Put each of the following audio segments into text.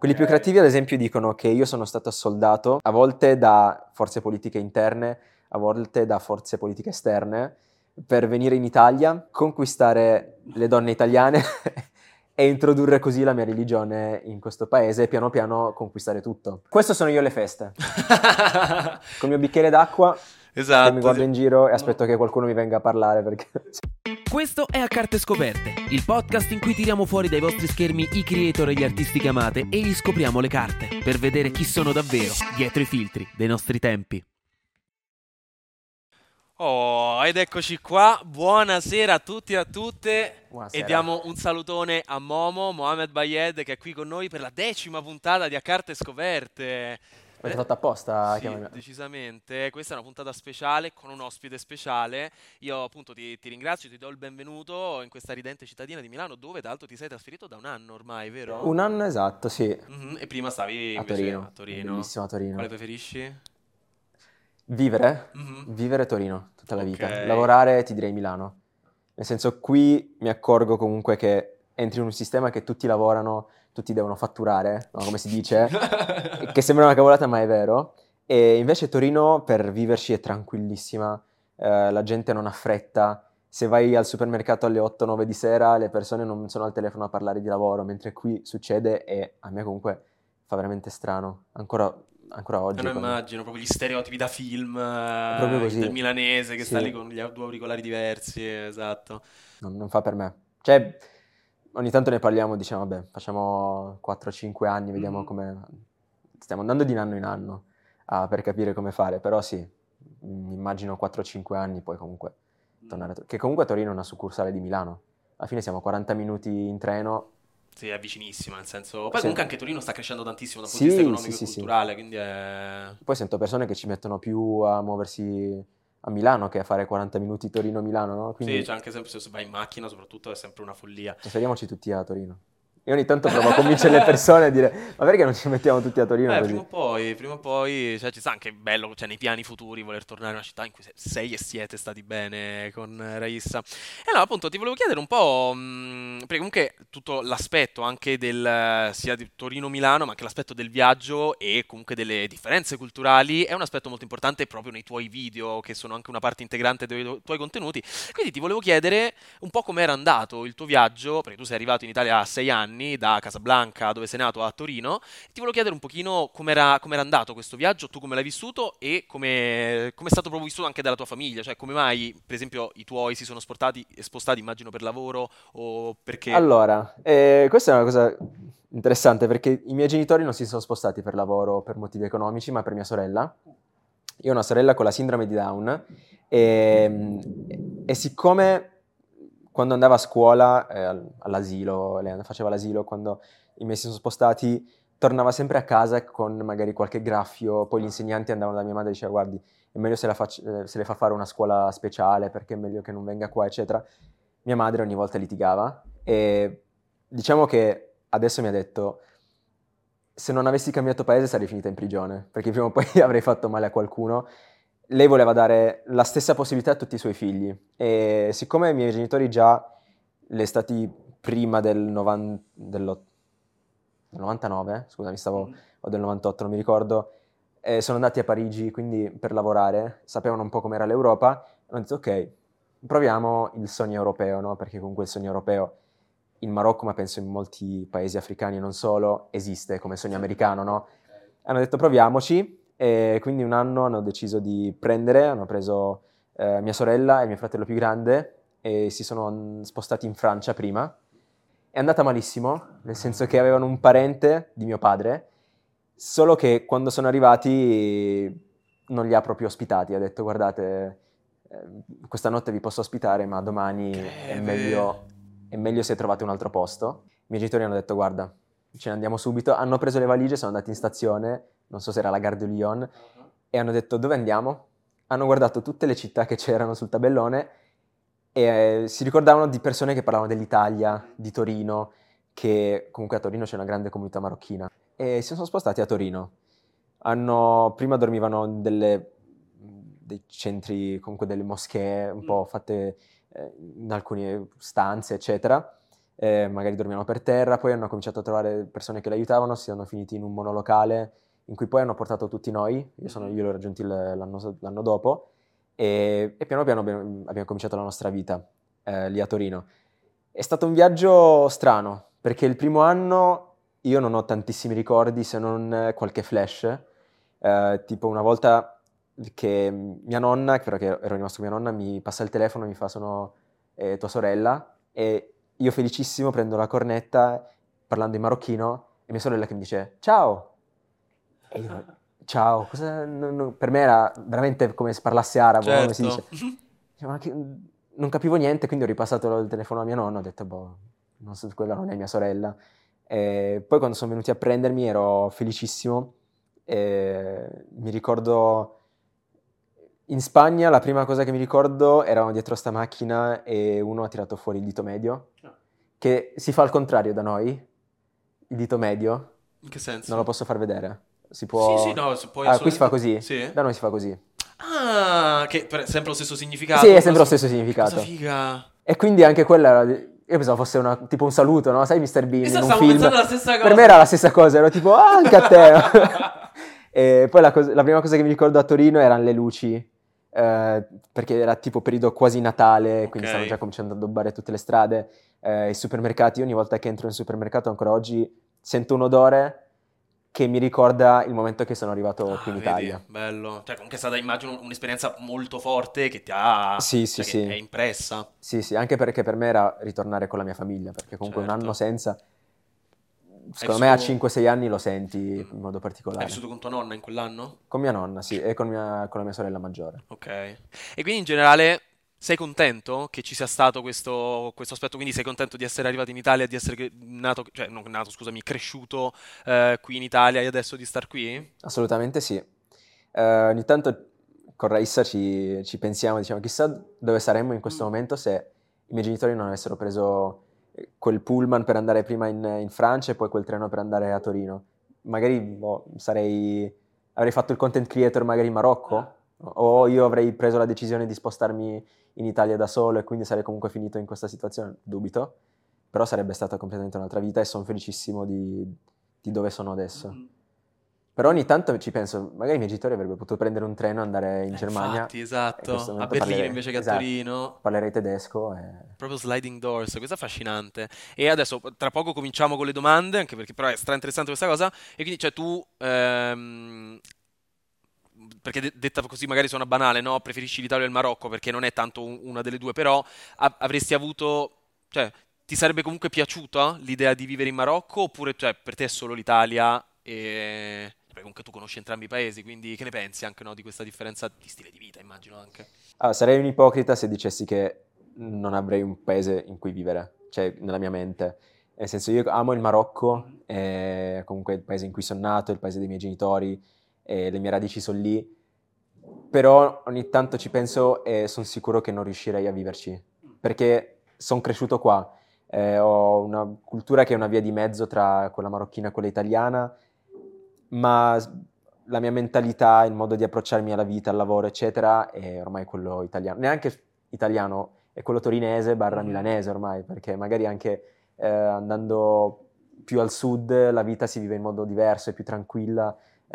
Quelli più creativi, ad esempio, dicono che io sono stato assoldato, a volte da forze politiche interne, a volte da forze politiche esterne, per venire in Italia, conquistare le donne italiane e introdurre così la mia religione in questo paese e piano piano conquistare tutto. Questo sono io alle feste, col mio bicchiere d'acqua, Esatto, che mi guardo sì. in giro e aspetto che qualcuno mi venga a parlare perché... Questo è A Carte Scoperte, il podcast in cui tiriamo fuori dai vostri schermi i creator e gli artisti che amate e gli scopriamo le carte, per vedere chi sono davvero dietro i filtri dei nostri tempi. Oh, ed eccoci qua, buonasera a tutti e a tutte. Buonasera. E diamo un salutone a Mohamed Bayed, che è qui con noi per la 10ª puntata di A Carte Scoperte. Avete fatto apposta a Sì, chiamarmi? decisamente. Questa è una puntata speciale con un ospite speciale. Io appunto ti ringrazio, ti do il benvenuto in questa ridente cittadina di Milano, dove tra l'altro ti sei trasferito da un anno ormai, vero? Un anno esatto, sì. Mhm. E prima stavi A invece Torino. a Torino. Bellissimo a Torino. Quale preferisci? Vivere? Mhm. Vivere Torino tutta la Ok. vita. Lavorare ti direi Milano. Nel senso, qui mi accorgo comunque che entri in un sistema che tutti lavorano, tutti devono fatturare, no? Come si dice, che sembra una cavolata ma è vero. E invece Torino per viverci è tranquillissima, la gente non ha fretta. Se vai al supermercato alle 8-9 di sera, le persone non sono al telefono a parlare di lavoro, mentre qui succede e a me comunque fa veramente strano. Ancora oggi. Non quando- immagino proprio gli stereotipi da film È proprio così. del milanese che sta Sì. lì con gli due auricolari diversi, esatto. Non fa per me. Cioè, ogni tanto ne parliamo, diciamo, vabbè, facciamo 4-5 anni, vediamo Mhm. come... Stiamo andando di anno in anno per capire come fare, però sì, mi immagino 4-5 anni poi comunque tornare a Torino. Che comunque Torino è una succursale di Milano. Alla fine siamo 40 minuti in treno. Sì, è vicinissima, nel senso... Poi Sì. comunque anche Torino sta crescendo tantissimo dal punto di Sì, vista economico sì, e sì, sì. culturale, quindi è... Poi sento persone che ci mettono più a muoversi a Milano che a fare 40 minuti Torino-Milano, no? Sì, Quindi c'è anche sempre, se vai in macchina soprattutto, è sempre una follia. trasferiamoci tutti a Torino. Io ogni tanto provo a convincere le persone a dire ma perché non ci mettiamo tutti a Torino così? Prima o poi, cioè, ci sta anche bello, cioè, nei piani futuri voler tornare in una città in cui sei e siete stati bene con Raissa. E allora, appunto, ti volevo chiedere un po', perché comunque tutto l'aspetto anche del, sia di Torino-Milano, ma anche l'aspetto del viaggio e comunque delle differenze culturali è un aspetto molto importante proprio nei tuoi video, che sono anche una parte integrante dei tuoi contenuti. Quindi ti volevo chiedere un po' com'era andato il tuo viaggio, perché tu sei arrivato in Italia a 6 anni, da Casablanca, dove sei nato, a Torino. Ti volevo chiedere un pochino com'era andato questo viaggio, tu come l'hai vissuto e come è stato proprio vissuto anche dalla tua famiglia, cioè come mai, per esempio, i tuoi si sono spostati, immagino, per lavoro o perché... Allora, questa è una cosa interessante perché i miei genitori non si sono spostati per lavoro o per motivi economici, ma per mia sorella. Io ho una sorella con la sindrome di Down e siccome quando andava a scuola, all'asilo, lei faceva l'asilo, quando i miei si sono spostati, tornava sempre a casa con magari qualche graffio, poi gli insegnanti andavano da mia madre e diceva guardi, è meglio se le fa fare una scuola speciale perché è meglio che non venga qua, eccetera. Mia madre ogni volta litigava e diciamo che adesso mi ha detto se non avessi cambiato paese sarei finita in prigione, perché prima o poi avrei fatto male a qualcuno. Lei voleva dare la stessa possibilità a tutti i suoi figli e siccome i miei genitori già l'estate prima del 99, scusami, o del 98, non mi ricordo, sono andati a Parigi, quindi per lavorare, sapevano un po' com'era l'Europa, hanno detto ok, proviamo il sogno europeo, no? Perché comunque il sogno europeo in Marocco, ma penso in molti paesi africani e non solo, esiste come sogno americano, no? Hanno detto proviamoci e quindi un anno hanno deciso di hanno preso mia sorella e mio fratello più grande e si sono spostati in Francia prima. È andata malissimo, nel senso che avevano un parente di mio padre, solo che quando sono arrivati non li ha proprio ospitati, ha detto guardate, questa notte vi posso ospitare, ma domani è meglio se trovate un altro posto. I miei genitori hanno detto guarda, ce ne andiamo subito, hanno preso le valigie, sono andati in stazione, non so se era la Gare de Lyon, e hanno detto dove andiamo? Hanno guardato tutte le città che c'erano sul tabellone e si ricordavano di persone che parlavano dell'Italia, di Torino, che comunque a Torino c'è una grande comunità marocchina, e si sono spostati a Torino. Prima dormivano dei centri, comunque delle moschee un po' fatte in alcune stanze, eccetera. magari dormivano per terra, poi hanno cominciato a trovare persone che li aiutavano, si sono finiti in un monolocale in cui poi hanno portato tutti noi, io li ho raggiunti l'anno dopo, e piano piano abbiamo cominciato la nostra vita lì a Torino. È stato un viaggio strano, perché il primo anno io non ho tantissimi ricordi se non qualche flash, tipo una volta che mia nonna, però che ero rimasto con mia nonna, mi passa il telefono e mi fa sono tua sorella, e io felicissimo prendo la cornetta parlando in marocchino e mia sorella che mi dice ciao, e io ciao, per me era veramente come se parlassi arabo, come si dice. Certo. Ma non capivo niente, quindi ho ripassato il telefono a mia nonna, ho detto boh, non so, quella non è mia sorella. E poi quando sono venuti a prendermi ero felicissimo, e mi ricordo in Spagna la prima cosa che mi ricordo eravamo dietro sta macchina e uno ha tirato fuori il dito medio, che si fa al contrario da noi, il dito medio, In che senso? non lo posso far vedere, si può... Sì, no, puoi qui si fa così, Sì? da noi si fa così. Ah, che sempre lo stesso significato? Sì, è sempre lo stesso significato. Cosa figa. E quindi anche quella era... Io pensavo fosse tipo un saluto, no? Sai Mr. Bean in un Stavo film? pensando la stessa cosa. Per me era la stessa cosa, ero tipo, anche a te! E poi la prima cosa che mi ricordo a Torino erano le luci, perché era tipo periodo quasi Natale, quindi stavano già cominciando ad addobbare tutte le strade, i supermercati. Io ogni volta che entro in un supermercato, ancora oggi, sento un odore che mi ricorda il momento che sono arrivato qui in Italia. Vedi, bello. Cioè, comunque è stata, immagino, un'esperienza molto forte che ti ha... Sì, cioè, sì. che è impressa. Sì, anche perché per me era ritornare con la mia famiglia, perché comunque un Certo. anno senza, secondo me a 5-6 anni lo senti in modo particolare. Hai vissuto con tua nonna in quell'anno? Con mia nonna, sì, e con la mia sorella maggiore. Ok. E quindi in generale sei contento che ci sia stato questo aspetto? Quindi sei contento di essere arrivato in Italia, di essere nato, cioè non nato, scusami, cresciuto qui in Italia e adesso di star qui? Assolutamente sì. Ogni tanto con Raissa ci pensiamo, diciamo, chissà dove saremmo in questo momento se i miei genitori non avessero preso quel pullman per andare prima in Francia e poi quel treno per andare a Torino. Magari avrei fatto il content creator magari in Marocco, o io avrei preso la decisione di spostarmi in Italia da solo e quindi sarei comunque finito in questa situazione, dubito, però sarebbe stata completamente un'altra vita e sono felicissimo di dove sono adesso. Però ogni tanto ci penso, magari i miei genitori avrebbero potuto prendere un treno e andare in Germania. Infatti, In esatto. questo A momento Berlino invece che a Torino. Parlerei tedesco e... Proprio sliding doors, questo è affascinante. E adesso tra poco cominciamo con le domande, anche perché però è stra interessante questa cosa. E quindi, cioè, tu, perché detta così magari suona banale, no? Preferisci l'Italia o il Marocco perché non è tanto una delle due, però avresti avuto, cioè, ti sarebbe comunque piaciuta l'idea di vivere in Marocco oppure, cioè, per te è solo l'Italia e... Beh, comunque tu conosci entrambi i paesi, quindi che ne pensi anche, no, di questa differenza di stile di vita, immagino anche. sarei un ipocrita se dicessi che non avrei un paese in cui vivere, cioè nella mia mente. Nel senso, io amo il Marocco, è comunque il paese in cui sono nato, il paese dei miei genitori, e le mie radici sono lì, però ogni tanto ci penso e sono sicuro che non riuscirei a viverci, perché sono cresciuto qua, ho una cultura che è una via di mezzo tra quella marocchina e quella italiana, ma la mia mentalità, il modo di approcciarmi alla vita, al lavoro, eccetera, è ormai quello italiano. Neanche italiano, è quello torinese / milanese ormai, perché magari anche andando più al sud la vita si vive in modo diverso, è più tranquilla.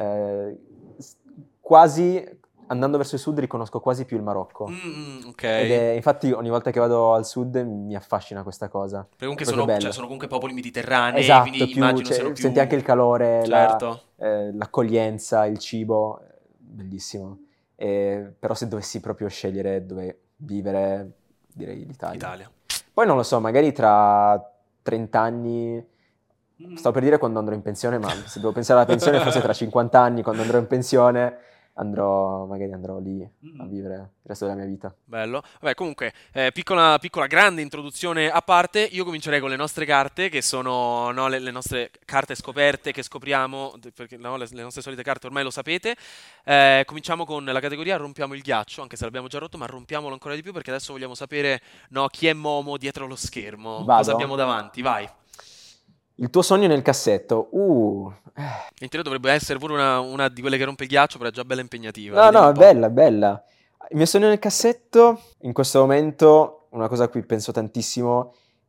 Quasi, andando verso il sud, riconosco quasi più il Marocco. Ok. Infatti ogni volta che vado al sud mi affascina questa cosa. Perché comunque È proprio bello. sono comunque popoli mediterranei, Esatto, quindi immagino siano più... senti anche il calore, Certo. l'accoglienza, il cibo, bellissimo. Però se dovessi proprio scegliere dove vivere, direi l'Italia. Italia. Poi non lo so, magari tra 30 anni, stavo per dire quando andrò in pensione, ma se devo pensare alla pensione forse tra 50 anni, quando andrò in pensione, magari andrò lì a vivere il resto della mia vita. Bello. Vabbè, comunque, piccola grande introduzione a parte. Io comincerei con le nostre carte, che sono, no, le nostre carte scoperte che scopriamo, perché no, le nostre solite carte ormai lo sapete. Cominciamo con la categoria Rompiamo il ghiaccio, anche se l'abbiamo già rotto, ma rompiamolo ancora di più perché adesso vogliamo sapere, no, chi è Momo dietro lo schermo. Vado? Cosa abbiamo davanti? Vai. Il tuo sogno nel cassetto. In teoria dovrebbe essere pure una di quelle che rompe il ghiaccio, però è già bella impegnativa. No, Vediamo è un po'. bella, bella. Il mio sogno nel cassetto, in questo momento, una cosa a cui penso tantissimo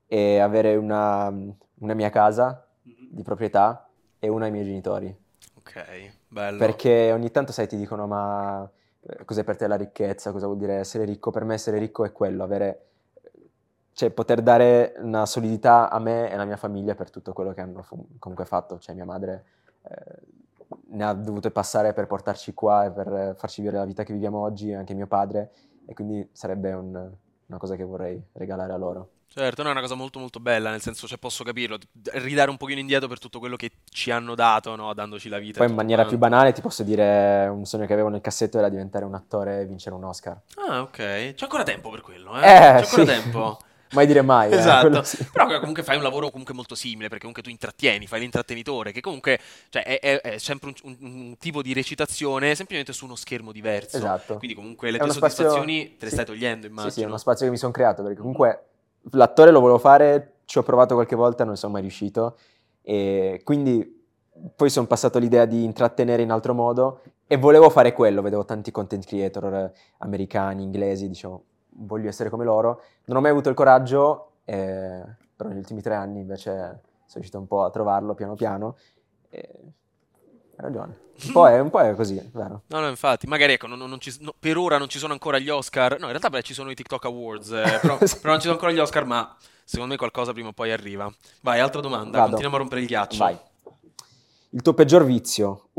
e avere una mia casa di proprietà e una ai miei genitori. Ok, bello. Perché ogni tanto, sai, ti dicono, ma cos'è per te la ricchezza? Cosa vuol dire essere ricco? Per me essere ricco è quello, cioè poter dare una solidità a me e alla mia famiglia per tutto quello che hanno comunque fatto. Cioè mia madre ne ha dovute passare per portarci qua e per farci vivere la vita che viviamo oggi, anche mio padre, e quindi sarebbe una cosa che vorrei regalare a loro. Certo, no, è una cosa molto molto bella, nel senso, cioè, posso capirlo, ridare un pochino indietro per tutto quello che ci hanno dato, no? Dandoci la vita e Poi in tutto maniera più quanto. banale ti posso dire un sogno che avevo nel cassetto era diventare un attore e vincere un Oscar. Ah, ok. C'è ancora tempo per quello, eh? C'è ancora Sì, tempo. mai dire mai, quello Esatto. sì. Però comunque fai un lavoro comunque molto simile, perché comunque tu intrattieni, fai l'intrattenitore, che comunque cioè, è sempre un tipo di recitazione, semplicemente su uno schermo diverso. Esatto. Quindi comunque le È tue uno spazio, soddisfazioni te le sì, stai togliendo, sì, è uno immagino. spazio che mi sono creato, perché comunque l'attore lo volevo fare, ci ho provato qualche volta, non sono mai riuscito, e quindi poi sono passato l'idea di intrattenere in altro modo e volevo fare quello, vedevo tanti content creator americani, inglesi, dicevo, voglio essere come loro, non ho mai avuto il coraggio, però negli ultimi 3 anni invece sono riuscito un po' a trovarlo piano piano, e hai ragione, un po' è così, vero? No, no, infatti, magari ecco, per ora non ci sono ancora gli Oscar. No, in realtà beh, ci sono i TikTok Awards, però, Sì. però non ci sono ancora gli Oscar, ma secondo me qualcosa prima o poi arriva. Vai, altra domanda, Vado. continuiamo a rompere il ghiaccio. Vai. Il tuo peggior vizio?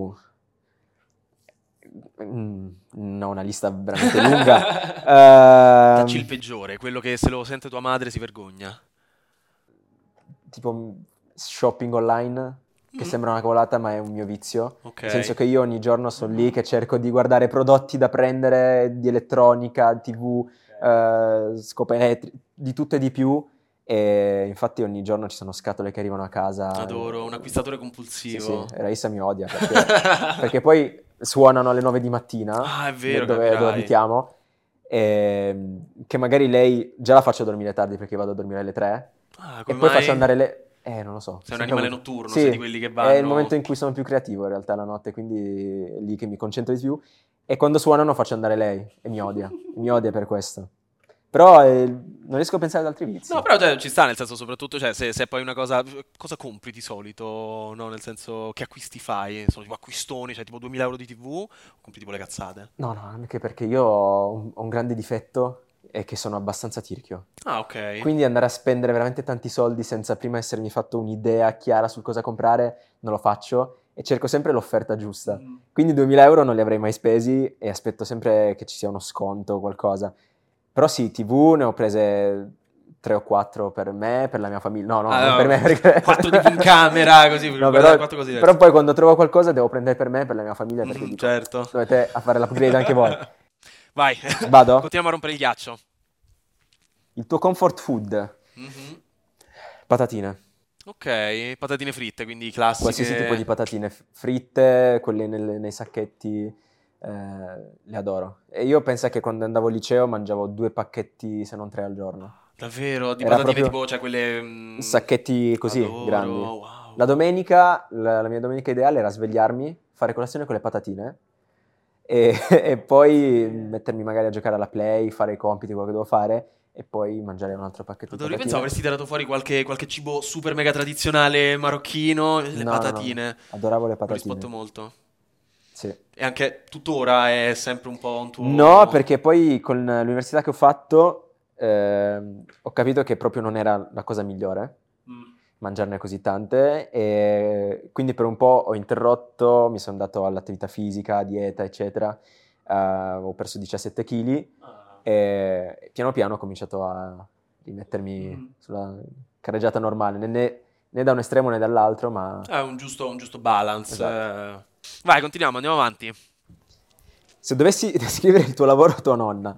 No, una lista veramente lunga. Dacci il peggiore, quello che se lo sente tua madre si vergogna. Tipo shopping online, che Mm, sembra una cavolata, ma è un mio vizio. ok. Nel senso che io ogni giorno sono lì che cerco di guardare prodotti da prendere di elettronica, TV, scope di tutto e di più. E infatti ogni giorno ci sono scatole che arrivano a casa. Adoro, un acquistatore Sì, sì, compulsivo. e Raissa mi odia perché poi suonano alle 9 di mattina, Ah, è vero, dove capirai. abitiamo, che magari lei già la faccio dormire tardi perché vado a dormire alle 3, Ah, e come poi faccio mai? andare le... non lo so. Sei un sempre animale avuto. notturno, Sì, sei di quelli che è il momento vanno. in cui sono più creativo in realtà la notte, quindi è lì che mi concentro di più. E quando suonano faccio andare lei e mi odia per questo. Però non riesco a pensare ad altri vizi. No, però cioè, ci sta, nel senso, soprattutto, cioè, se poi una cosa... Cosa compri di solito, no? Nel senso, che acquisti fai? Sono tipo acquistoni, cioè tipo 2000 euro di TV, o compri tipo le cazzate? No, anche perché io ho un grande difetto, è che sono abbastanza tirchio. Ah, ok. Quindi andare a spendere veramente tanti soldi senza prima essermi fatto un'idea chiara su cosa comprare, non lo faccio e cerco sempre l'offerta giusta. Quindi 2000 euro non li avrei mai spesi e aspetto sempre che ci sia uno sconto o qualcosa. Però sì, TV ne ho prese 3 o 4 per me, per la mia famiglia. No, Ah, non per no, me perché... 4 TV in camera, così, per No, guardare 4 cose però diverse. poi quando trovo qualcosa devo prendere per me e per la mia famiglia perché dico, Certo. dovete a fare l'upgrade anche voi. Vai, Vado? continuiamo a rompere il ghiaccio. Il tuo comfort food? Mhm. Patatine. Ok, patatine fritte, quindi Qualsiasi tipo di classiche. patatine fritte, quelle nei sacchetti, le adoro. E io penso che quando andavo al liceo mangiavo 2 pacchetti, se non 3 al giorno. Davvero, di Era patatine proprio tipo, cioè quelle... sacchetti così, grandi. adoro, wow. La domenica, la mia domenica ideale era svegliarmi, fare colazione con le patatine e poi mettermi magari a giocare alla Play, fare i compiti, quello che devo fare, e poi mangiare un altro pacchetto di Adoro, io pensavo patatine. avresti tirato fuori qualche cibo super mega tradizionale marocchino, le No, patatine. adoravo le Corrisponde patatine. molto. Sì. E anche tuttora è sempre un po' un No, tuo... perché poi con l'università che ho fatto ho capito che proprio non era la cosa migliore Mm. mangiarne così tante, e quindi per un po' ho interrotto, mi sono dato all'attività fisica, dieta, eccetera. Ho perso 17 kg e piano piano ho cominciato a rimettermi sulla carreggiata normale, né da un estremo né dall'altro, ma È un giusto balance. esatto. Vai, continuiamo, andiamo avanti. Se dovessi descrivere il tuo lavoro a tua nonna,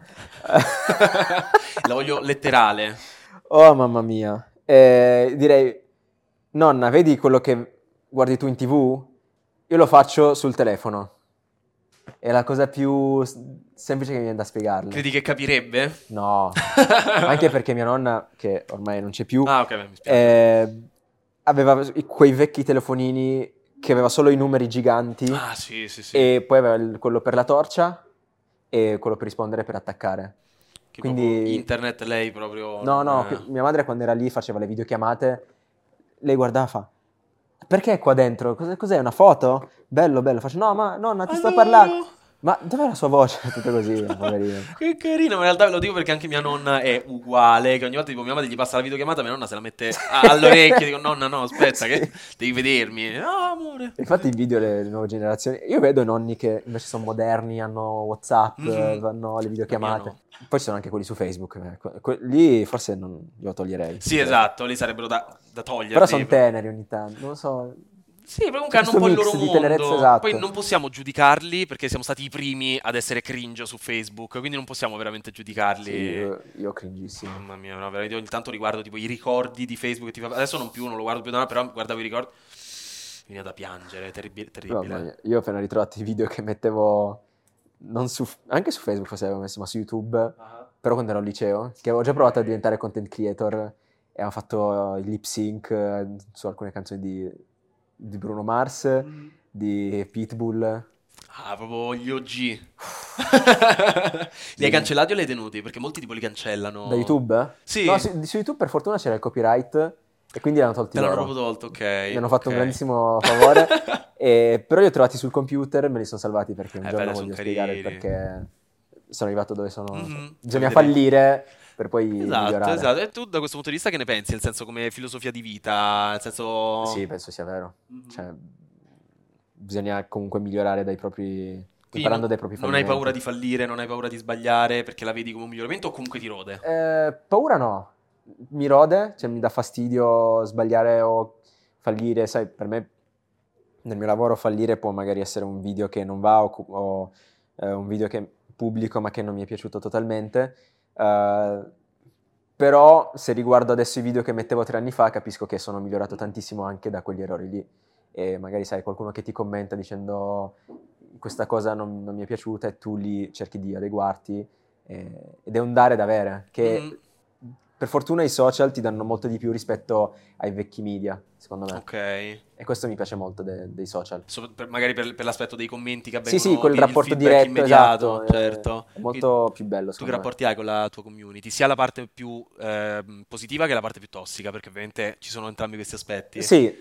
La voglio letterale. oh mamma mia, direi, nonna, vedi quello che guardi tu in TV? Io lo faccio sul telefono. È la cosa più semplice che mi viene da spiegarle. Credi che capirebbe? No, anche perché mia nonna, che ormai non c'è più, Ah, ok, mi spiace. aveva quei vecchi telefonini che aveva solo i numeri giganti Ah, sì, sì, sì. e poi aveva quello per la torcia e quello per rispondere per attaccare. Che Quindi proprio internet lei proprio no, non... mia madre quando era lì faceva le videochiamate, lei guardava e fa: perché qua dentro? Cos'è, una foto? Bello, bello. Faccio: no, ma nonna, ti sto parlando. Adoro! Ma dov'è la sua voce? Tutte così, poverina. Che carino, ma in realtà ve lo dico perché anche mia nonna è uguale, che ogni volta tipo mia madre gli passa la videochiamata, mia nonna se la mette all'orecchio, dico nonna no, aspetta Sì. che devi vedermi. No, amore. Infatti i video le nuove generazioni, io vedo i nonni che invece sono moderni, hanno WhatsApp, Mhm. hanno le La mia videochiamate. no. Poi ci sono anche quelli su Facebook, lì forse non glielo toglierei. Sì, esatto, lì sarebbero da toglierli. Però sono teneri ogni tanto, non lo so. Sì, però C'è comunque hanno un questo po' il loro mix di tenerezza, mondo. Poi esatto. non possiamo giudicarli perché siamo stati i primi ad essere cringe su Facebook, quindi non possiamo veramente Sì, giudicarli. io cringissimo. Mamma mia, no, veramente ogni tanto riguardo tipo i ricordi di Facebook. Adesso non più, non lo guardo più da una, però guardavo i ricordi. Mi viene da piangere, terribile, Mamma terribile. mia, io ho appena ritrovato i video che mettevo, non su, anche su Facebook forse avevo messo, ma su YouTube, però quando ero al liceo, che avevo già provato a diventare content creator e avevo fatto il lip sync su alcune canzoni di Bruno Mars, di Pitbull. Ah, proprio gli OG. Li hai Sì. cancellati o li hai tenuti? Perché molti tipo li Da cancellano. YouTube? Sì, No, su YouTube per fortuna c'era il copyright e quindi li hanno tolti te l'hanno loro. proprio tolto, ok. Mi hanno fatto un Ok. grandissimo favore, però li ho trovati sul computer e me li sono salvati perché un giorno Beh, sono voglio spiegare il carini. perché sono arrivato dove sono. Mhm, fa Bisogna vedere. fallire per poi Esatto, migliorare. esatto. E tu da questo punto di vista che ne pensi? Nel senso come filosofia di vita? Nel senso... Sì, penso sia vero. Mhm. Cioè, bisogna comunque migliorare Quindi imparando dai propri non hai paura fallimenti. di fallire, non hai paura di sbagliare perché la vedi come un miglioramento o comunque ti rode? Paura no, mi rode, cioè mi dà fastidio sbagliare o fallire, sai, per me nel mio lavoro fallire può magari essere un video che non va o un video che pubblico ma che non mi è piaciuto totalmente, però se riguardo adesso i video che mettevo 3 anni fa capisco che sono migliorato tantissimo anche da quegli errori lì e magari sai qualcuno che ti commenta dicendo questa cosa non mi è piaciuta e tu lì cerchi di adeguarti ed è un dare da avere che Mhm. per fortuna i social ti danno molto di più rispetto ai vecchi media, secondo me. Ok. E questo mi piace molto dei social. Magari per l'aspetto dei commenti che Sì, avvengono, quel il rapporto feedback diretto, immediato, esatto, certo. è molto più bello, Tu che secondo me. rapporti hai con la tua community? Sia la parte più positiva che la parte più tossica, perché ovviamente ci sono entrambi questi aspetti. Sì,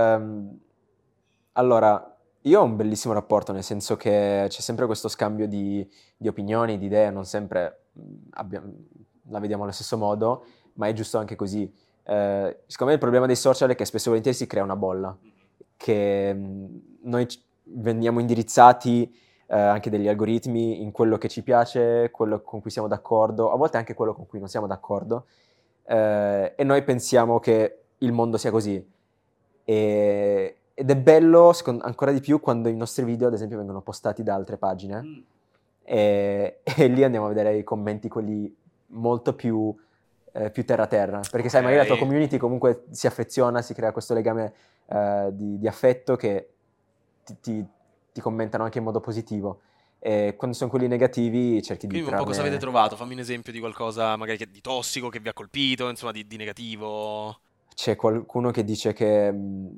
allora, io ho un bellissimo rapporto, nel senso che c'è sempre questo scambio di opinioni, di idee, non sempre la vediamo allo stesso modo, ma è giusto anche così. Secondo me il problema dei social è che spesso e volentieri si crea una bolla, che noi veniamo indirizzati anche degli algoritmi in quello che ci piace, quello con cui siamo d'accordo, a volte anche quello con cui non siamo d'accordo, e noi pensiamo che il mondo sia così. Ed è bello ancora di più quando i nostri video, ad esempio, vengono postati da altre pagine e lì andiamo a vedere i commenti, quelli molto più terra-terra, perché sai, magari la tua Ok. community comunque si affeziona, si crea questo legame di affetto che ti commentano anche in modo positivo. E quando sono quelli negativi cerchi di Quindi un po' cosa avete trarne. trovato? Fammi un esempio di qualcosa magari di tossico che vi ha colpito, insomma, di negativo. C'è qualcuno che dice che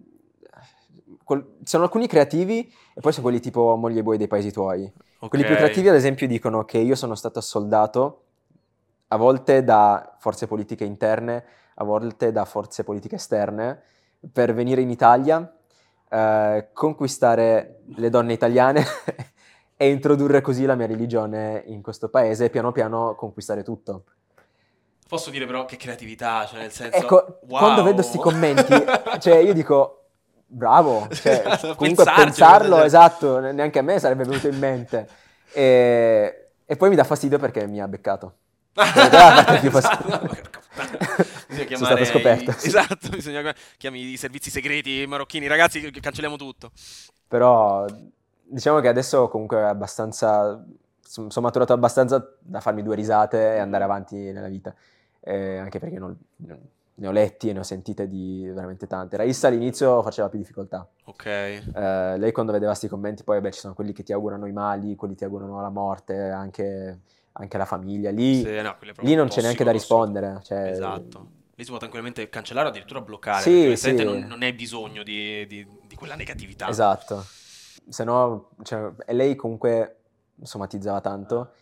sono alcuni creativi e poi sono quelli tipo moglie e buoi dei paesi tuoi. Quelli più Ok. creativi, ad esempio, dicono che io sono stato assoldato a volte da forze politiche interne, a volte da forze politiche esterne, per venire in Italia, conquistare le donne italiane e introdurre così la mia religione in questo paese e piano piano conquistare tutto. Posso dire però che creatività, cioè nel senso, Ecco, quando vedo sti wow. commenti, cioè io dico, bravo, cioè, Esatto, comunque pensarci, pensarlo, cioè. esatto, neanche a me sarebbe venuto in mente. E poi mi dà fastidio perché mi ha beccato. Quella è la parte più fastidiosa. Porca puttana. Bisogna Sono chiamare stato scoperto, sì. Esatto, bisogna chiami i servizi segreti marocchini, ragazzi, cancelliamo tutto. Però diciamo che adesso comunque è abbastanza, sono maturato abbastanza da farmi 2 risate e andare avanti nella vita. Anche perché ne ho letti e ne ho sentite di veramente tante. Raissa all'inizio faceva più difficoltà. Ok. Lei quando vedeva questi commenti, poi vabbè, ci sono quelli che ti augurano i mali, quelli ti augurano la morte, anche la famiglia. Lì, Sì, no, quello è lì proprio non c'è neanche da tossico. rispondere. Cioè, Esatto. Lì si può tranquillamente cancellare o addirittura bloccare, perché sì, onestamente sì, non hai bisogno di quella negatività. esatto. Se no, cioè, e lei comunque somatizzava tanto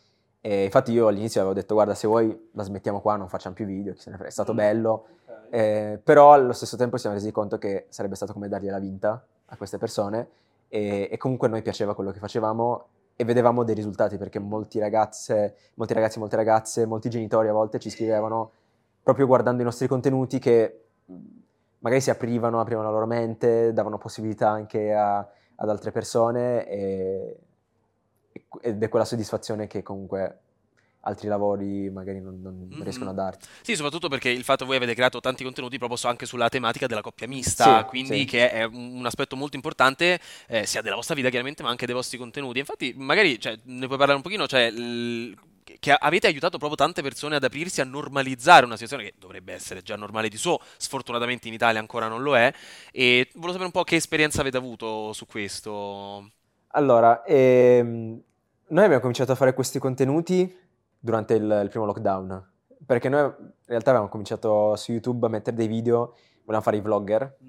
E infatti io all'inizio avevo detto, guarda, se vuoi la smettiamo qua, non facciamo più video, chi se ne frega, è stato bello. Però allo stesso tempo ci siamo resi conto che sarebbe stato come dargliela vinta a queste persone, e comunque a noi piaceva quello che facevamo e vedevamo dei risultati, perché molti ragazzi, molte ragazze, molti genitori a volte ci scrivevano proprio guardando i nostri contenuti che magari aprivano la loro mente, davano possibilità anche ad altre persone, ed è quella soddisfazione che comunque altri lavori magari non riescono a darti. Sì, soprattutto perché il fatto che voi avete creato tanti contenuti proprio anche sulla tematica della coppia mista, quindi che è un aspetto molto importante sia della vostra vita chiaramente, ma anche dei vostri contenuti. Infatti, magari ne puoi parlare un pochino, che avete aiutato proprio tante persone ad aprirsi, a normalizzare una situazione che dovrebbe essere già normale di suo, sfortunatamente in Italia ancora non lo è, e volevo sapere un po' che esperienza avete avuto su questo. Allora, noi abbiamo cominciato a fare questi contenuti durante il primo lockdown, perché noi in realtà avevamo cominciato su YouTube a mettere dei video, volevamo fare i vlogger,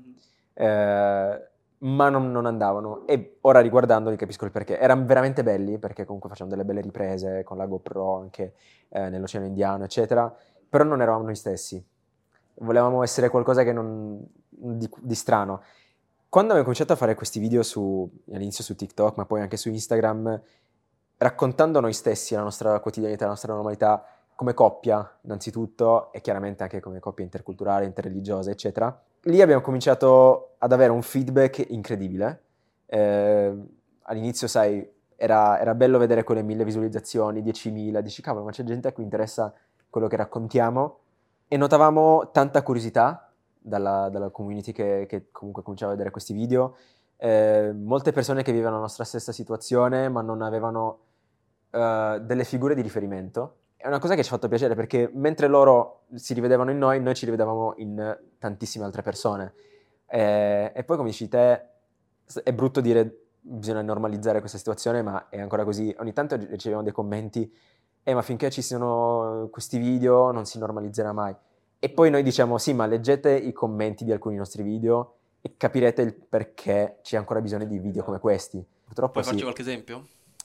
ma non andavano, e ora riguardandoli capisco il perché. Erano veramente belli, perché comunque facevamo delle belle riprese con la GoPro anche nell'Oceano Indiano, eccetera, però non eravamo noi stessi. Volevamo essere qualcosa che di strano. Quando abbiamo cominciato a fare questi video all'inizio su TikTok, ma poi anche su Instagram, raccontando noi stessi la nostra quotidianità, la nostra normalità, come coppia innanzitutto, e chiaramente anche come coppia interculturale, interreligiosa, eccetera, lì abbiamo cominciato ad avere un feedback incredibile. All'inizio, sai, era bello vedere quelle 1000 visualizzazioni, 10.000, dici cavolo, ma c'è gente a cui interessa quello che raccontiamo, e notavamo tanta curiosità dalla community che comunque cominciava a vedere questi video, molte persone che vivevano la nostra stessa situazione ma non avevano delle figure di riferimento. È una cosa che ci ha fatto piacere, perché mentre loro si rivedevano in noi ci rivedevamo in tantissime altre persone, e poi, come dici te, è brutto dire bisogna normalizzare questa situazione, ma è ancora così. Ogni tanto riceviamo dei commenti, ma finché ci siano questi video non si normalizzerà mai. E poi noi diciamo, sì, ma leggete i commenti di alcuni nostri video e capirete il perché c'è ancora bisogno di video come questi. Purtroppo Puoi farci sì. qualche esempio?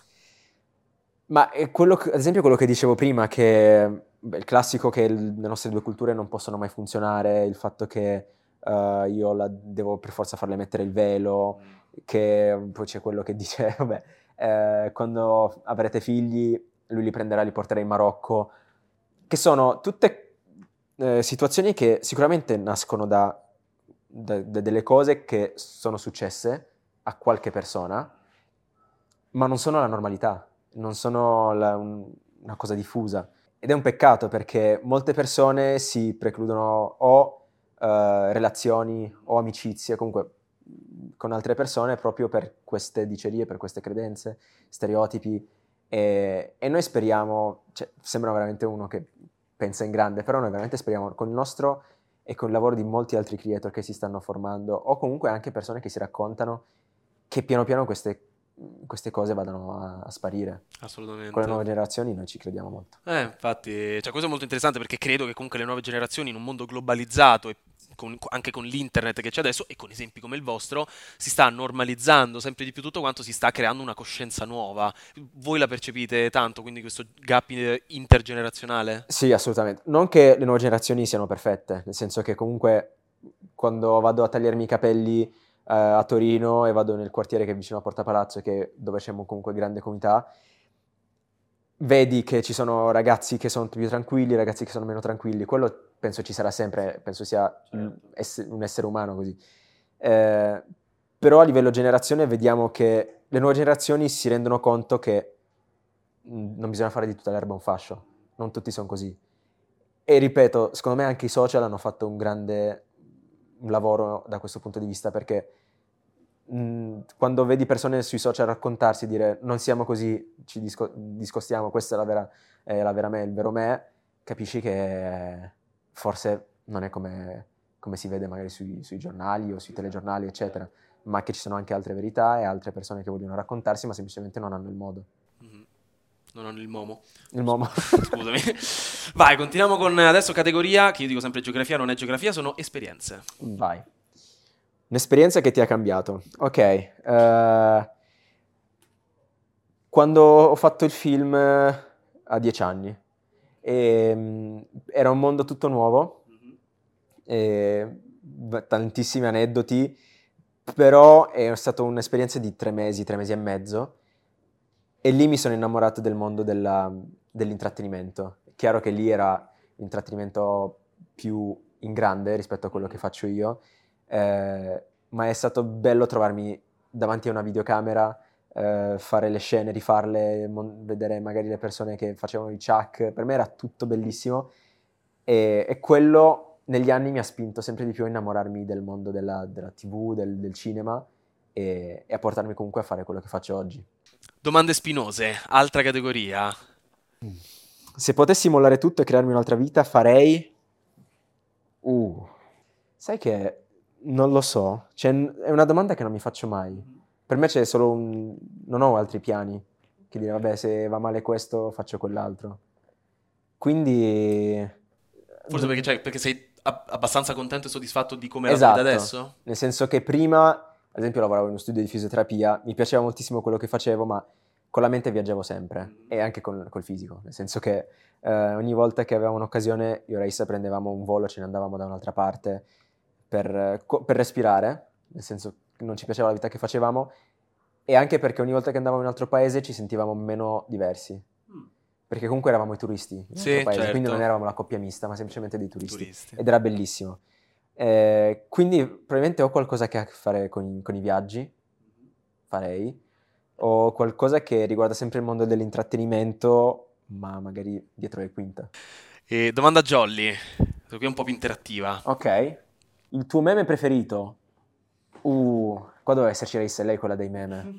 Ma è ad esempio quello che dicevo prima, che il classico che le nostre due culture non possono mai funzionare, il fatto che io devo per forza farle mettere il velo, che poi c'è quello che dice, vabbè, quando avrete figli, lui li prenderà, li porterà in Marocco, che sono tutte situazioni che sicuramente nascono da delle cose che sono successe a qualche persona, ma non sono la normalità, non sono una cosa diffusa. Ed è un peccato, perché molte persone si precludono o relazioni o amicizie, comunque con altre persone, proprio per queste dicerie, per queste credenze, stereotipi, e noi speriamo, cioè, sembra veramente uno che pensa in grande, però noi veramente speriamo con il nostro e con il lavoro di molti altri creator che si stanno formando, o comunque anche persone che si raccontano, che piano piano queste cose vadano a sparire. Assolutamente. Con le nuove generazioni noi ci crediamo molto. Infatti, cioè, questo è molto interessante, perché credo che comunque le nuove generazioni, in un mondo globalizzato e anche con l'internet che c'è adesso e con esempi come il vostro, si sta normalizzando sempre di più tutto quanto, si sta creando una coscienza nuova. Voi la percepite tanto, quindi questo gap intergenerazionale? Sì, assolutamente. Non che le nuove generazioni siano perfette, nel senso che comunque quando vado a tagliarmi i capelli a Torino e vado nel quartiere che è vicino a Porta Palazzo, dove c'è comunque grande comunità, vedi che ci sono ragazzi che sono più tranquilli, ragazzi che sono meno tranquilli. Quello penso ci sarà sempre, penso sia un essere umano così. Però a livello generazione vediamo che le nuove generazioni si rendono conto che non bisogna fare di tutta l'erba un fascio, non tutti sono così. E ripeto, secondo me anche i social hanno fatto un lavoro da questo punto di vista, perché quando vedi persone sui social raccontarsi e dire non siamo così, ci discostiamo, questa è la vera me, il vero me, capisci che forse non è come si vede magari sui giornali o sui telegiornali, eccetera, ma che ci sono anche altre verità e altre persone che vogliono raccontarsi, ma semplicemente non hanno il modo. Non hanno il momo. Il momo. Scusami. Vai, continuiamo con adesso categoria, che io dico sempre geografia, non è geografia, sono esperienze. Vai. Un'esperienza che ti ha cambiato. Ok. Quando ho fatto il film a 10 anni. Era un mondo tutto nuovo, tantissimi aneddoti, però è stata un'esperienza di 3 mesi e mezzo, e lì mi sono innamorato del mondo dell'intrattenimento. È chiaro che lì era l'intrattenimento più in grande rispetto a quello che faccio io, ma è stato bello trovarmi davanti a una videocamera, fare le scene, rifarle, vedere magari le persone che facevano i chuck. Per me era tutto bellissimo, e quello negli anni mi ha spinto sempre di più a innamorarmi del mondo della TV, del cinema, e a portarmi comunque a fare quello che faccio oggi. Domande spinose, altra categoria. Se potessi mollare tutto e crearmi un'altra vita, farei... Sai che non lo so, cioè, è una domanda che non mi faccio mai. Per me c'è solo non ho altri piani che dire, vabbè, se va male questo faccio quell'altro. Quindi... Forse perché sei abbastanza contento e soddisfatto di come è la tua vita adesso? Nel senso che prima, ad esempio, lavoravo in uno studio di fisioterapia, mi piaceva moltissimo quello che facevo, ma con la mente viaggiavo sempre, e anche col fisico, nel senso che ogni volta che avevamo un'occasione, io e Raissa prendevamo un volo, ce ne andavamo da un'altra parte per respirare, nel senso che non ci piaceva la vita che facevamo, e anche perché ogni volta che andavamo in un altro paese ci sentivamo meno diversi. Perché comunque eravamo i turisti in un altro paese, certo. quindi non eravamo la coppia mista, ma semplicemente dei turisti. Ed era bellissimo. Quindi probabilmente ho qualcosa che ha a che fare con i viaggi, farei, o qualcosa che riguarda sempre il mondo dell'intrattenimento, ma magari dietro le quinte. E domanda jolly, questa qui è un po' più interattiva. Ok. Il tuo meme preferito? Qua doveva esserci Raissa, lei quella dei meme.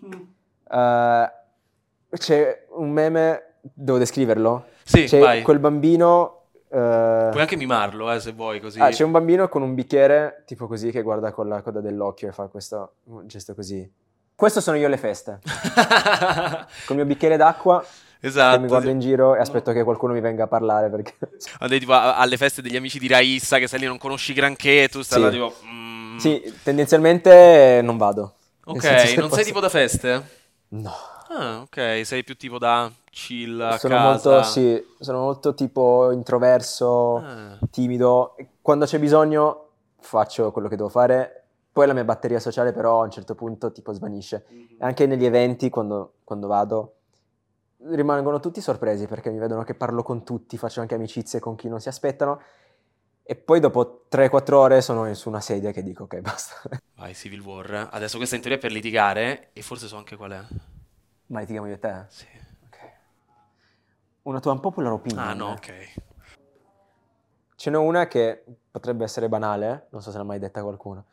C'è un meme... Devo descriverlo? Sì, c'è vai. Quel bambino... Puoi anche mimarlo, se vuoi, così. C'è un bambino con un bicchiere, tipo così, che guarda con la coda dell'occhio e fa questo gesto così. Questo sono io alle feste. Col mio bicchiere d'acqua, Esatto. che mi guardo in giro e aspetto che qualcuno mi venga a parlare, perché... Andai tipo alle feste degli amici di Raissa, che sai lì non conosci granché, tu stai là tipo... Sì, tendenzialmente non vado. Ok, non sei tipo da feste? No. Ah, ok, sei più tipo da chill a Sono casa. sono molto tipo introverso, timido. Quando c'è bisogno faccio quello che devo fare. Poi la mia batteria sociale però a un certo punto tipo svanisce. Anche negli eventi, quando vado, rimangono tutti sorpresi perché mi vedono che parlo con tutti, faccio anche amicizie con chi non si aspettano. E poi dopo 3-4 ore sono su una sedia che dico ok, basta. Vai, Civil War. Adesso questa in teoria è per litigare, e forse so anche qual è. Ma litighiamo io e te? Sì. Ok. Una tua unpopular opinion. Ah, no, ok. Ce n'è una che potrebbe essere banale, non so se l'ha mai detta qualcuno.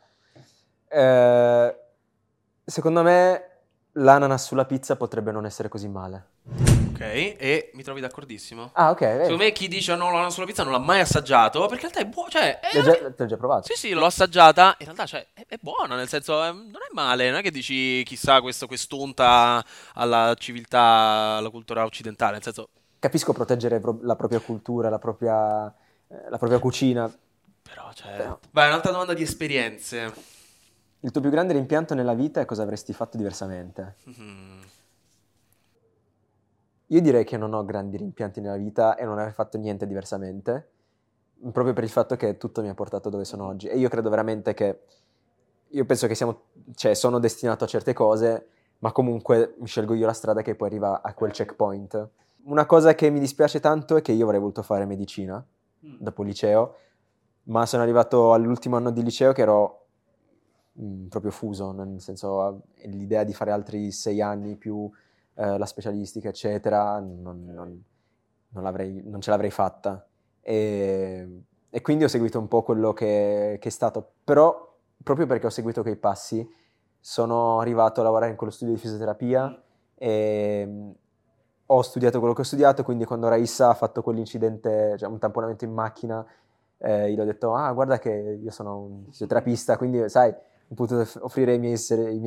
Secondo me l'ananas sulla pizza potrebbe non essere così male. Ok, e mi trovi d'accordissimo. Ah, ok. Secondo me chi dice no, l'ananas sulla pizza non l'ha mai assaggiato, perché in realtà è buono, cioè... L'ho già provato. Sì, l'ho assaggiata, in realtà cioè, è buona, nel senso non è male, non è che dici chissà quest'onta alla civiltà, alla cultura occidentale, nel senso... Capisco proteggere la propria cultura, la propria cucina. Però, cioè... Vai, un'altra domanda di esperienze. Il tuo più grande rimpianto nella vita è cosa avresti fatto diversamente? Io direi che non ho grandi rimpianti nella vita e non avrei fatto niente diversamente, proprio per il fatto che tutto mi ha portato dove sono oggi. E io credo veramente che... Io penso che sono destinato a certe cose, ma comunque mi scelgo io la strada che poi arriva a quel checkpoint. Una cosa che mi dispiace tanto è che io avrei voluto fare medicina dopo il liceo, ma sono arrivato all'ultimo anno di liceo che ero proprio fuso, nel senso l'idea di fare altri 6 anni più la specialistica, eccetera, non ce l'avrei fatta. E quindi ho seguito un po' quello che è stato, però proprio perché ho seguito quei passi sono arrivato a lavorare in quello studio di fisioterapia e ho studiato quello che ho studiato, quindi quando Raissa ha fatto quell'incidente, cioè un tamponamento in macchina, gli ho detto, guarda che io sono un fisioterapista, quindi sai, ho potuto offrire i miei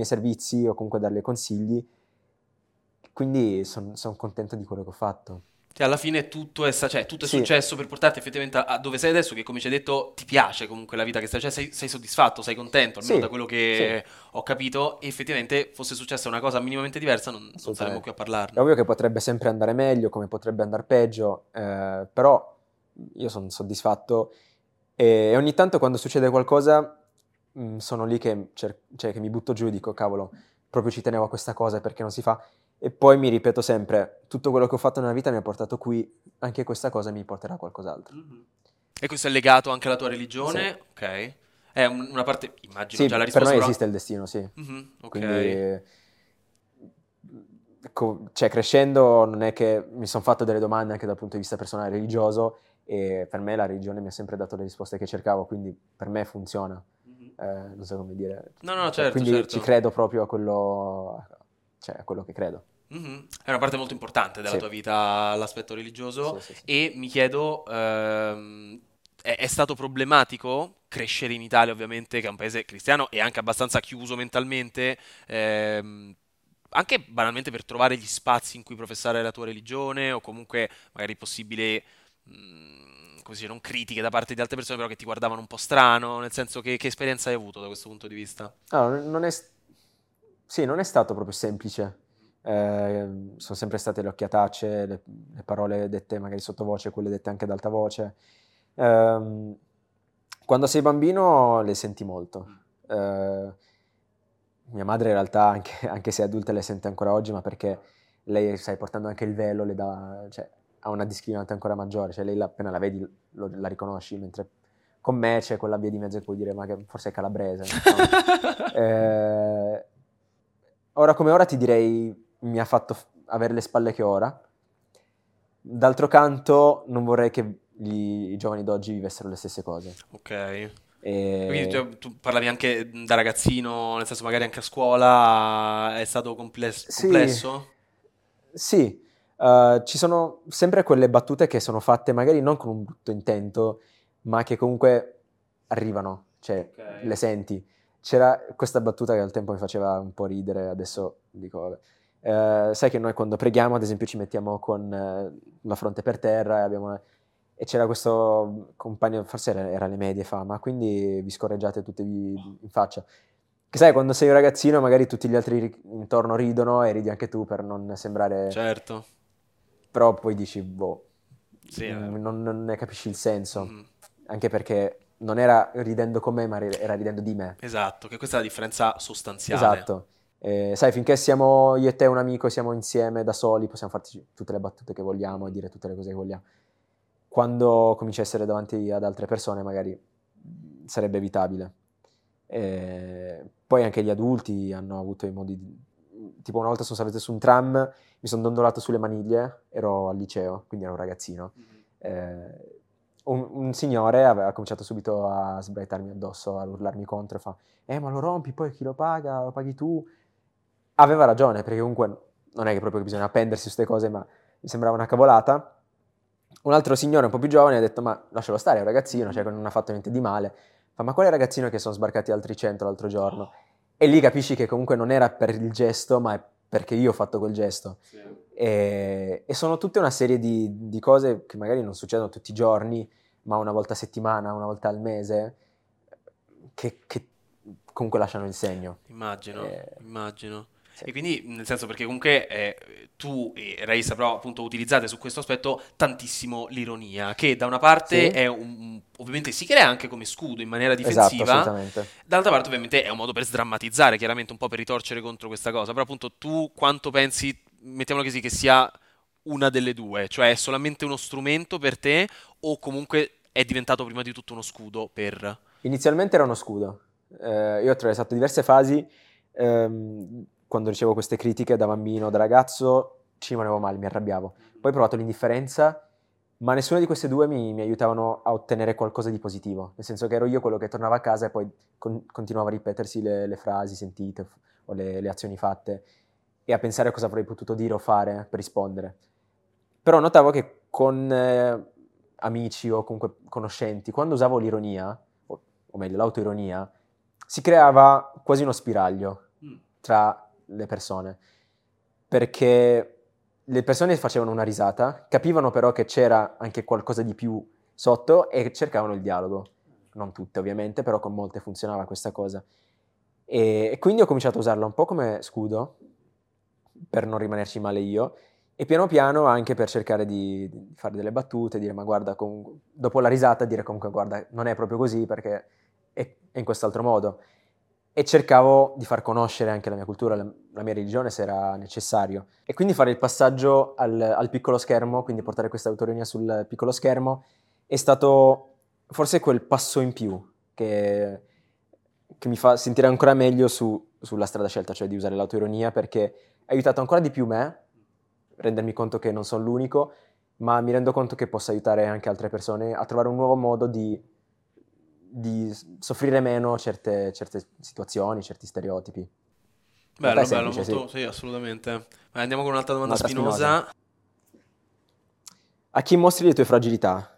servizi o comunque darle consigli, quindi sono contento di quello che ho fatto. Cioè, alla fine tutto è, tutto è Sì, successo per portarti effettivamente a dove sei adesso, che come ci hai detto ti piace comunque la vita che stai, cioè sei soddisfatto, sei contento, almeno da sì, quello sì, che ho capito, e effettivamente fosse successa una cosa minimamente diversa non saremmo qui assolutamente. a È parlarne. ovvio che potrebbe sempre andare meglio, come potrebbe andare peggio, però io sono soddisfatto e ogni tanto quando succede qualcosa sono lì che, cioè, che mi butto giù e dico, cavolo, proprio ci tenevo a questa cosa perché non si fa. E poi mi ripeto sempre, tutto quello che ho fatto nella vita mi ha portato qui, anche questa cosa mi porterà a qualcos'altro. Mhm. E questo è legato anche alla tua Sì. religione? Ok. È una parte, immagino Sì, già la per risposta, noi però... esiste il destino, sì. Mhm, ok. Quindi, cioè, crescendo non è che mi sono fatto delle domande anche dal punto di vista personale religioso e per me la religione mi ha sempre dato le risposte che cercavo, quindi per me funziona. Mhm. Non so come dire. No, no, Cioè, certo, quindi ci certo. credo proprio a quello, cioè, a quello che credo. Mhm. È una parte molto importante della Sì, tua vita, l'aspetto religioso, sì, sì, sì. e mi chiedo, è stato problematico crescere in Italia, ovviamente, che è un paese cristiano e anche abbastanza chiuso mentalmente, anche banalmente per trovare gli spazi in cui professare la tua religione o comunque magari possibili, come si dice, non critiche da parte di altre persone, però che ti guardavano un po' strano, nel senso che esperienza hai avuto da questo punto di vista? Allora, sì, non è stato proprio semplice. Sono sempre state le occhiatacce, le parole dette magari sottovoce, quelle dette anche ad alta voce. Ehm, Quando sei bambino le senti molto. Eh, Mia madre in realtà, anche se è adulta, le sente ancora oggi, ma perché lei, sai, portando anche il velo, cioè, ha una discriminante ancora maggiore. Cioè, lei appena la vedi la riconosci, mentre con me c'è quella via di mezzo che puoi dire, ma che forse è calabrese, no? Eh, Ora come ora ti direi mi ha fatto avere le spalle che ho ora. D'altro canto non vorrei che i giovani d'oggi vivessero le stesse cose. Ok. Quindi E tu parlavi anche da ragazzino, nel senso magari anche a scuola è stato sì, complesso? sì, ci sono sempre quelle battute che sono fatte magari non con un brutto intento, ma che comunque arrivano, cioè Ok. le senti. C'era questa battuta che al tempo mi faceva un po' ridere, adesso dico, vabbè. Sai che noi quando preghiamo, ad esempio, ci mettiamo con la fronte per terra e c'era questo compagno, forse era alle medie, fa, ma quindi vi scorreggiate tutti in faccia. Che sai, quando sei un ragazzino magari tutti gli altri intorno ridono e ridi anche tu per non sembrare... Certo, Però poi dici, boh, sì, è vero. non ne capisci il senso. Mhm. Anche perché non era ridendo con me, ma era ridendo di me. Esatto, che questa è la differenza sostanziale. Esatto. Sai, finché siamo io e te e un amico, siamo insieme da soli, possiamo farci tutte le battute che vogliamo e Mhm. dire tutte le cose che vogliamo. Quando cominci a essere davanti ad altre persone, magari sarebbe evitabile. Poi anche gli adulti hanno avuto i modi tipo una volta sono salito su un tram, mi sono dondolato sulle maniglie, ero al liceo, quindi ero un ragazzino. Mhm. Un signore aveva cominciato subito a sbraitarmi addosso, a urlarmi contro, e fa, ma lo rompi, poi chi lo paga? Lo paghi tu? Aveva ragione, perché comunque non è che proprio bisogna appendersi su queste cose, ma mi sembrava una cavolata. Un altro signore un po' più giovane ha detto, ma lascialo stare, è un ragazzino, cioè non ha fatto niente di male. Fa, ma quale ragazzino che sono sbarcati altri 100 l'altro giorno? E lì capisci che comunque non era per il gesto, ma è perché io ho fatto quel gesto. Sì. E sono tutte una serie di cose che magari non succedono tutti i giorni, ma una volta a settimana, una volta al mese, che comunque lasciano il segno. Immagino, Eh, immagino. sì. E quindi, nel senso, perché comunque tu e Raissa però appunto utilizzate su questo aspetto tantissimo l'ironia, che da una parte Sì? è ovviamente si crea anche come scudo in maniera Esatto, difensiva, assolutamente. dall'altra parte ovviamente è un modo per sdrammatizzare, chiaramente un po' per ritorcere contro questa cosa, però appunto tu quanto pensi, mettiamolo così, che sia una delle due, cioè è solamente uno strumento per te o comunque è diventato prima di tutto uno scudo per... Inizialmente era uno scudo. Io ho attraversato diverse fasi. Quando ricevo queste critiche da bambino, da ragazzo, ci rimanevo male, mi arrabbiavo. Poi ho provato l'indifferenza, ma nessuna di queste due mi aiutavano a ottenere qualcosa di positivo. Nel senso che ero io quello che tornava a casa e poi continuava a ripetersi le frasi sentite o le azioni fatte e a pensare a cosa avrei potuto dire o fare per rispondere. Però notavo che con amici o comunque conoscenti, quando usavo l'ironia, o meglio l'autoironia, si creava quasi uno spiraglio Mm. tra le persone, perché le persone facevano una risata, capivano però che c'era anche qualcosa di più sotto e cercavano il dialogo. Non tutte ovviamente, però con molte funzionava questa cosa. E quindi ho cominciato a usarla un po' come scudo, per non rimanerci male io, e piano piano anche per cercare di fare delle battute, dire ma guarda, dopo la risata dire comunque guarda, non è proprio così perché è in quest'altro modo. E cercavo di far conoscere anche la mia cultura, la mia religione se era necessario. E quindi fare il passaggio al piccolo schermo, quindi portare questa autoironia sul piccolo schermo, è stato forse quel passo in più che mi fa sentire ancora meglio sulla strada scelta, cioè di usare l'autoironia, perché ha aiutato ancora di più me, rendermi conto che non sono l'unico, ma mi rendo conto che possa aiutare anche altre persone a trovare un nuovo modo di soffrire meno certe situazioni, certi stereotipi. Bello, Semplice, molto, sì. sì, assolutamente. Vai, andiamo con un'altra domanda Un'altra spinosa. A chi mostri le tue fragilità?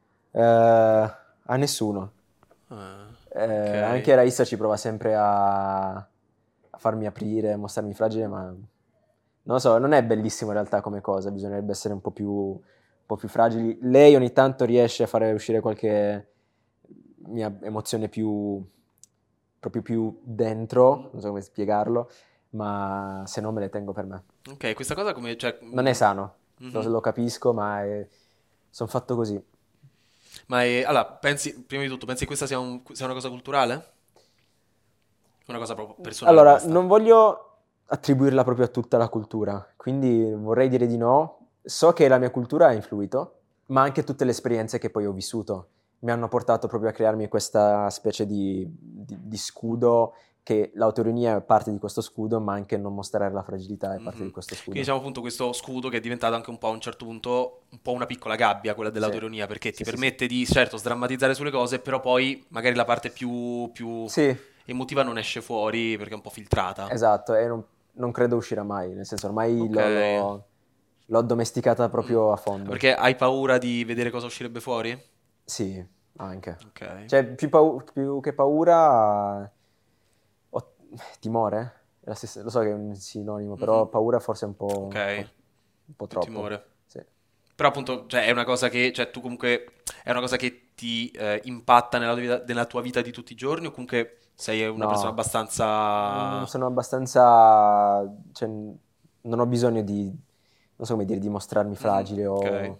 A nessuno. Ok. Anche Raissa ci prova sempre a farmi aprire, a mostrarmi fragile, ma non lo so, non è bellissimo in realtà come cosa, bisognerebbe essere un po' più fragili. Lei ogni tanto riesce a fare uscire qualche mia emozione proprio più dentro, non so come spiegarlo, ma se no me le tengo per me. Ok, questa cosa come... Cioè, Non è sano, mhm. lo capisco, ma sono fatto così. Ma allora, prima di tutto, pensi che questa sia una cosa culturale? Una cosa proprio personale, Allora, basta. non voglio attribuirla proprio a tutta la cultura, quindi vorrei dire di no. So che la mia cultura ha influito, ma anche tutte le esperienze che poi ho vissuto mi hanno portato proprio a crearmi questa specie di scudo, che l'autoironia è parte di questo scudo, ma anche non mostrare la fragilità è parte di Mhm. questo scudo. Quindi diciamo appunto questo scudo che è diventato anche un po' a un certo punto un po' una piccola gabbia, quella Sì. dell'autoironia, perché ti Sì, sì, permette di, certo, sdrammatizzare sulle cose, però poi magari la parte più sì, emotiva non esce fuori perché è un po' filtrata. esatto, e non credo uscirà mai, nel senso ormai Ok. l'ho addomesticata Mm. proprio a fondo. Perché hai paura di vedere cosa uscirebbe fuori? Sì, anche. Ok. Cioè, più che paura, ho timore. È lo so che è un sinonimo, però Mhm. paura forse è un po', Ok. un po' Più troppo. timore. Sì. Però appunto, cioè, è una cosa che, cioè, tu comunque, è una cosa che ti impatta nella tua vita di tutti i giorni o comunque sei una persona No, abbastanza... sono abbastanza... Cioè, non ho bisogno non so come dire, di mostrarmi Mhm. fragile Ok.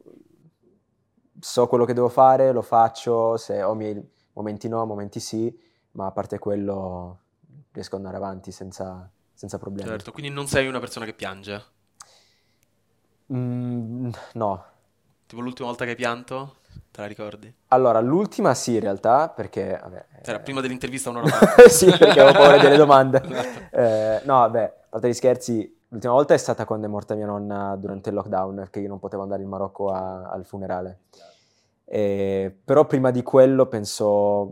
so quello che devo fare, lo faccio, se ho miei momenti no, momenti sì, ma a parte quello riesco ad andare avanti senza problemi. Certo, quindi non sei una persona che piange. No. Tipo l'ultima volta che hai pianto? Te la ricordi? Allora, l'ultima sì in realtà, perché... Vabbè, Era prima dell'intervista un'ora fa. sì, perché avevo paura delle domande. Esatto. No, vabbè, a parte gli scherzi, l'ultima volta è stata quando è morta mia nonna durante il lockdown, perché io non potevo andare in Marocco al funerale. Però prima di quello penso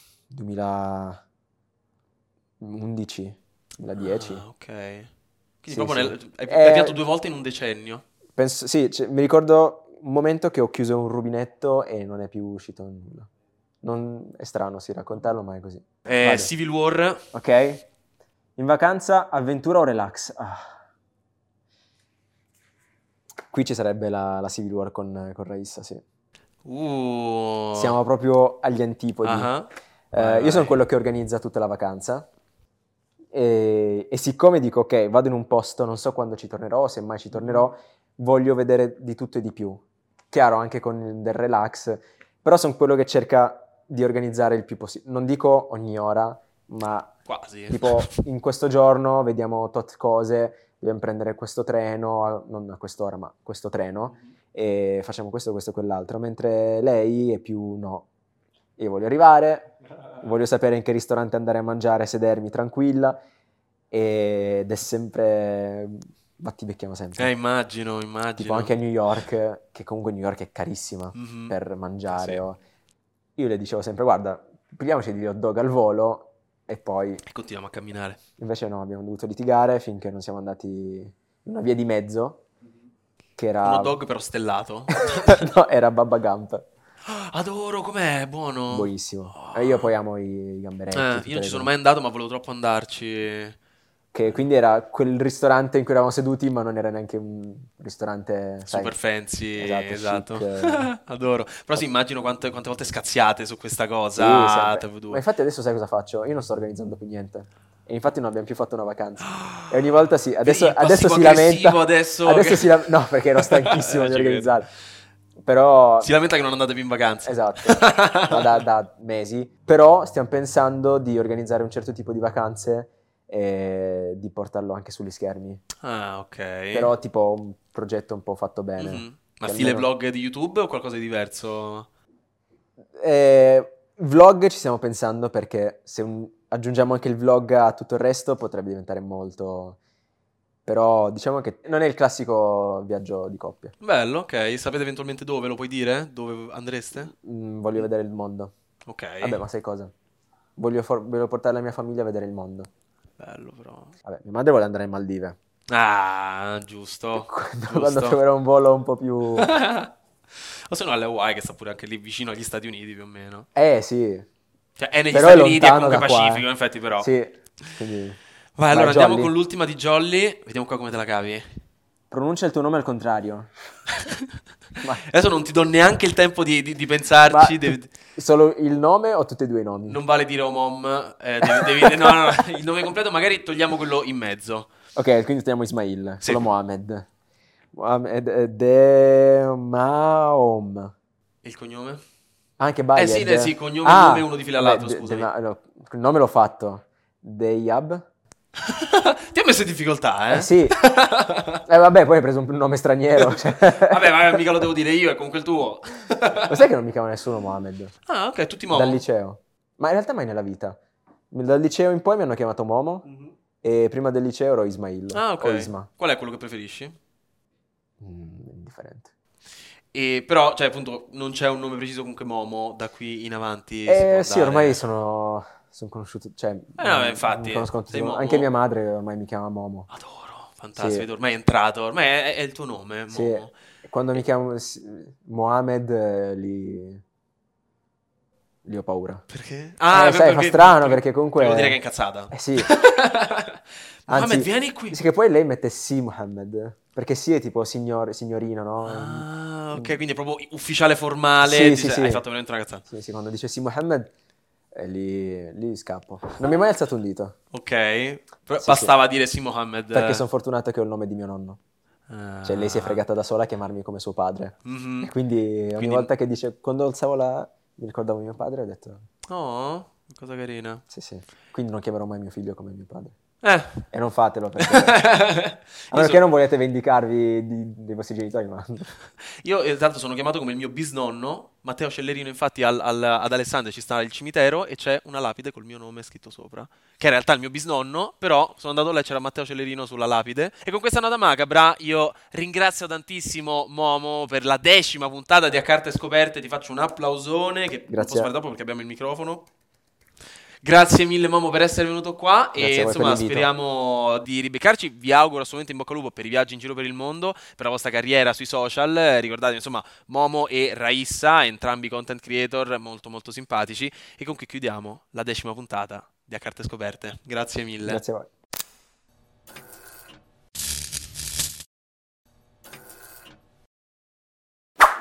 2011, 2010. Ah, ok. Quindi Sì, proprio sì. hai pianto 2 volte in un decennio. Sì, cioè, mi ricordo un momento che ho chiuso un rubinetto e non è più uscito nulla. È strano, sì, raccontarlo, ma è così. Vado. Civil War. Ok? In vacanza, avventura o relax? Qui ci sarebbe la Civil War con Raissa, sì. Siamo proprio agli antipodi. Ah, vai, Io sono vai. quello che organizza tutta la vacanza e siccome dico ok, vado in un posto, non so quando ci tornerò, se mai ci tornerò, voglio vedere di tutto e di più. Chiaro, anche con del relax, però sono quello che cerca di organizzare il più possibile. Non dico ogni ora, ma Quasi. tipo in questo giorno vediamo tot cose, dobbiamo prendere questo treno, non a quest'ora, ma questo treno, e facciamo questo, questo e quell'altro, mentre lei è più no. Io voglio arrivare, voglio sapere in che ristorante andare a mangiare, sedermi tranquilla, ed è sempre... Battibecchiamo sempre. Immagino. Tipo anche a New York, che comunque New York è carissima Mhm. per mangiare. Sì. Io le dicevo sempre, guarda, pigliamoci di hot dog al volo e poi... E continuiamo a camminare. Invece no, abbiamo dovuto litigare finché non siamo andati in una via di mezzo, che Un hot era... dog però stellato. no, era Baba Gump. Adoro, com'è? Buono. Buonissimo. E io poi amo i gamberetti, tutte Io non le ci sono cose. mai andato, ma volevo troppo andarci. che quindi era quel ristorante in cui eravamo seduti, ma non era neanche un ristorante, sai, Super fancy, esatto, esatto. chic. Adoro. Però sì, immagino quante volte scazziate su questa Sì, cosa. sempre. TV2. Ma infatti adesso sai cosa faccio? Io non sto organizzando più niente. E infatti non abbiamo più fatto una vacanza. E ogni volta sì, adesso Il si lamenta. passivo-aggressivo adesso Adesso che- si lamenta. No, perché ero stanchissimo di Ci credo. organizzare. Però, Si lamenta che non andate più in vacanza. esatto, ma da mesi. Però stiamo pensando di organizzare un certo tipo di vacanze e di portarlo anche sugli schermi. Ah, ok. Però tipo un progetto un po' fatto bene. Mhm. Ma Che stile almeno- vlog di YouTube o qualcosa di diverso? Vlog ci stiamo pensando perché se aggiungiamo anche il vlog a tutto il resto potrebbe diventare molto... Però diciamo che non è il classico viaggio di coppia. Bello, ok. Sapete eventualmente dove? Lo puoi dire? Dove andreste? Voglio vedere il mondo. Ok. Vabbè, ma sai cosa? Voglio portare la mia famiglia a vedere il mondo. Bello però. Vabbè, mia madre vuole andare in Maldive. Ah, giusto. Quando Giusto. troverò un volo un po' più... O se no alle Hawaii, che sta pure anche lì vicino agli Stati Uniti più o meno. Sì. Cioè è negli Però Stati è Uniti e lontano comunque da qua, Pacifico, in effetti però. Sì, quindi... Vai, allora Vai, andiamo Jolly. con l'ultima di Jolly. Vediamo qua come te la cavi. Pronuncia il tuo nome al contrario. Ma- Adesso non ti do neanche il tempo di pensarci. Ma devi- solo il nome o tutti e due i nomi? Non vale dire oh mom. No, no, no, il nome completo magari togliamo quello in mezzo. Ok, quindi teniamo Ismail, Sì. solo Mohammed. Mohammed De Mahom. E il cognome? Anche Bayed. Sì, cognome e nome uno di fila all'altro, scusami. Il nome l'ho fatto. Deyab? Ti ha messo in difficoltà, eh? Sì. Vabbè, poi hai preso un nome straniero. Cioè. Vabbè, ma mica lo devo dire io, è comunque il tuo. Lo sai che non mi chiama nessuno Mohammed? Ah, ok, tutti Momo. Dal liceo. Ma in realtà mai nella vita. Dal liceo in poi mi hanno chiamato Momo Mhm. e prima del liceo ero Ismail. Ah, O ok. Isma. Qual è quello che preferisci? Indifferente. E però, cioè, appunto, non c'è un nome preciso comunque Momo, da qui in avanti si può Sì, andare. ormai sono conosciuto, cioè, no, infatti, mi conoscono tutti. sei Momo. Anche mia madre ormai mi chiama Momo. Adoro, fantastico, Sì. vedi, ormai è entrato, ormai è il tuo nome, Sì, Momo. quando mi chiamo Mohamed li ho paura. Perché? Sai, fa strano perché comunque... Devo dire che è incazzata. sì. Mohammed, Anzi, vieni qui. sì, che poi lei mette sì Mohammed, perché sì è tipo signorina, no? Ah, ok, quindi è proprio ufficiale formale. Sì, dice, sì. Hai fatto veramente una cazzata. Sì, quando dice sì Mohammed, lì scappo. Non mi è mai alzato un dito, Ok, però Sì, bastava dire sì Mohammed. perché sono fortunato che ho il nome di mio nonno. Ah. Cioè lei si è fregata da sola a chiamarmi come suo padre. Mhm. E quindi ogni Quindi- volta che dice, quando alzavo mi ricordavo mio padre, ho detto Oh, cosa carina. sì. Quindi non chiamerò mai mio figlio come mio padre. Eh. E non fatelo perché... Io A meno so- che non volete vendicarvi dei vostri genitori, ma... Io tanto sono chiamato come il mio bisnonno, Matteo Cellerino, infatti ad Alessandria ci sta il cimitero e c'è una lapide col mio nome scritto sopra, che in realtà è il mio bisnonno, però sono andato là e c'era Matteo Cellerino sulla lapide. E con questa nota macabra io ringrazio tantissimo Momo per la 10ª puntata di A Carte Scoperte, ti faccio un applausone che non Grazie. posso fare dopo perché abbiamo il microfono. Grazie mille Momo per essere venuto qua Grazie e a voi per insomma l'invito. speriamo di ribeccarci, vi auguro assolutamente in bocca al lupo per i viaggi in giro per il mondo, per la vostra carriera sui social, ricordate insomma Momo e Raissa, entrambi content creator molto molto simpatici e con cui chiudiamo la 10ª puntata di A Carte Scoperte, grazie mille. Grazie a voi.